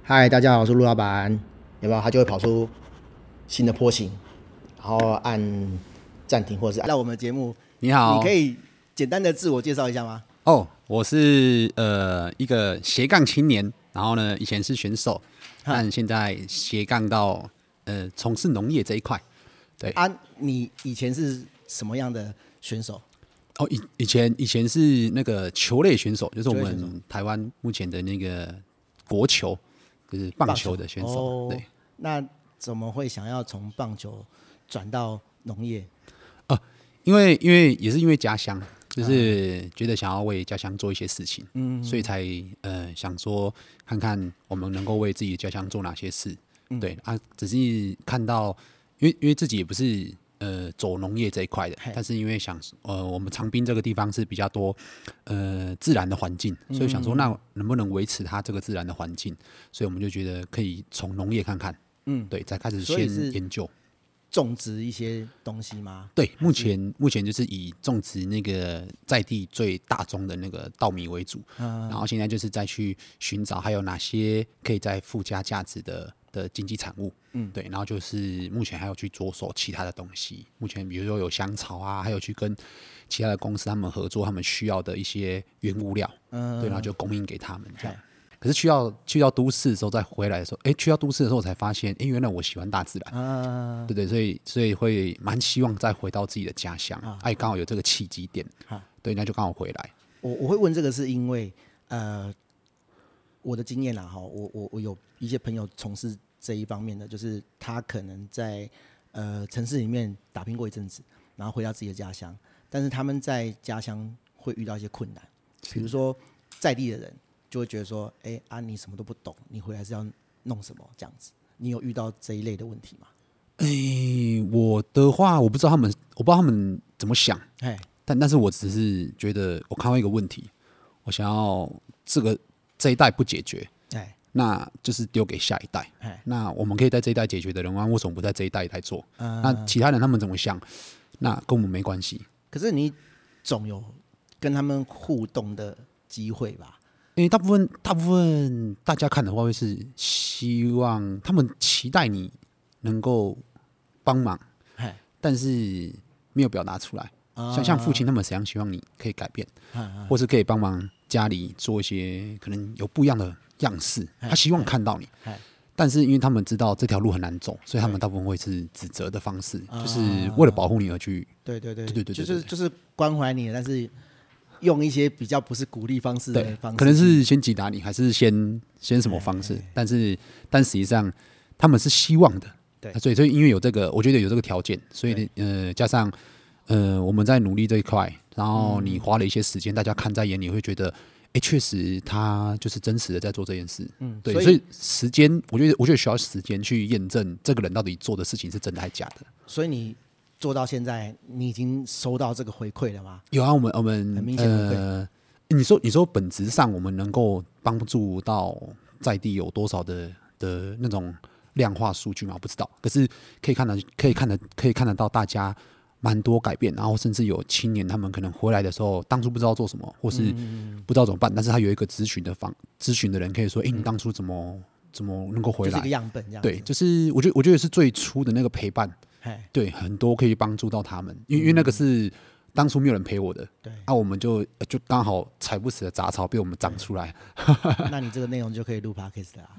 嗨，大家好，我是陆老板。有没有？它就会跑出新的波形，然后按暂停，或者是来我们的节目。 你好， 你可以简单的自我介绍一下吗？ 哦，我是一个斜杠青年，然后呢，以前是选手，但现在斜杠到从事农业这一块。对啊，你以前是什么样的选手？ 哦，以前是那个球类选手，就是我们台湾目前的那个国球，就是棒球的选手。 哦、 对， 那怎么会想要从棒球转到农业？ 因为也是因为家乡，就是觉得想要为家乡做一些事情，所以才想说看看我们能够为自己的家乡做哪些事。对啊，只是看到，因为自己也不是走农业这一块的，但是因为想我们长滨这个地方是比较多自然的环境，所以想说那能不能维持它这个自然的环境，所以我们就觉得可以从农业看看，对，再开始先研究。 种植一些东西吗？ 对，目前就是以种植那个在地最大宗的那个稻米为主，然后现在就是再去寻找还有哪些可以再附加价值的经济产物，对，然后就是目前还有去着手其他的东西，目前比如说有香草啊，还有去跟其他的公司他们合作，他们需要的一些原物料，对，然后就供应给他们这样。可是去到都市的时候，再回来的时候，去到都市的时候，我才发现，原来我喜欢大自然，对对，所以会蛮希望再回到自己的家乡，刚好有这个契机点，对，那就刚好回来。 我会问这个是因为，我的经验啦，我有一些朋友从事这一方面的，就是他可能在城市里面打拼过一阵子，然后回到自己的家乡，但是他们在家乡会遇到一些困难，比如说在地的人。就会觉得说，你什么都不懂，你回来是要弄什么这样子？你有遇到这一类的问题吗？ 我的话，我不知道他们怎么想，但是我只是觉得我看到一个问题，我想要这一代不解决，那就是丢给下一代。那我们可以在这一代解决的人，为什么不在这一代来做？那其他人他们怎么想，那跟我们没关系。 可是你总有跟他们互动的机会吧？ 大部分大家看的话，会是希望他们期待你能够帮忙，但是没有表达出来。像父亲他们实际上希望你可以改变，或是可以帮忙家里做一些可能有不一样的样式，他希望看到你。但是因为他们知道这条路很难走，所以他们大部分会是指责的方式，就是为了保护你而去。 对，就是关怀你，但是。用一些比较不是鼓励方式的方式， 可能是先击打你，还是先什么方式？但实际上他们是希望的，对，所以因为有这个，我觉得有这个条件，所以加上我们在努力这一块，然后你花了一些时间，大家看在眼里，会觉得确实他就是真实的在做这件事，对，所以时间，我觉得需要时间去验证这个人到底做的事情是真的还是假的， 所以你。做到现在，你已经收到这个回馈了吗？ 有啊，我们很明显回馈。你说本质上我们能够帮助到在地有多少的那种量化数据吗？我不知道。可是可以看得到大家蛮多改变，然后甚至有青年他们可能回来的时候，当初不知道做什么，或是不知道怎么办，但是他有一个咨询的人可以说，你当初怎么能够回来？ 就是一个样本这样子。 对，就是我觉得是最初的那个陪伴。对，很多可以帮助到他们，因为那个是当初没有人陪我的，对，我们就刚好踩不死的杂草被我们长出来。 那你这个内容就可以录 podcast 了。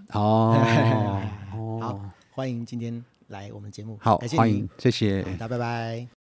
好， 好，欢迎今天来我们节目， 好，欢迎，谢谢， 大家拜拜。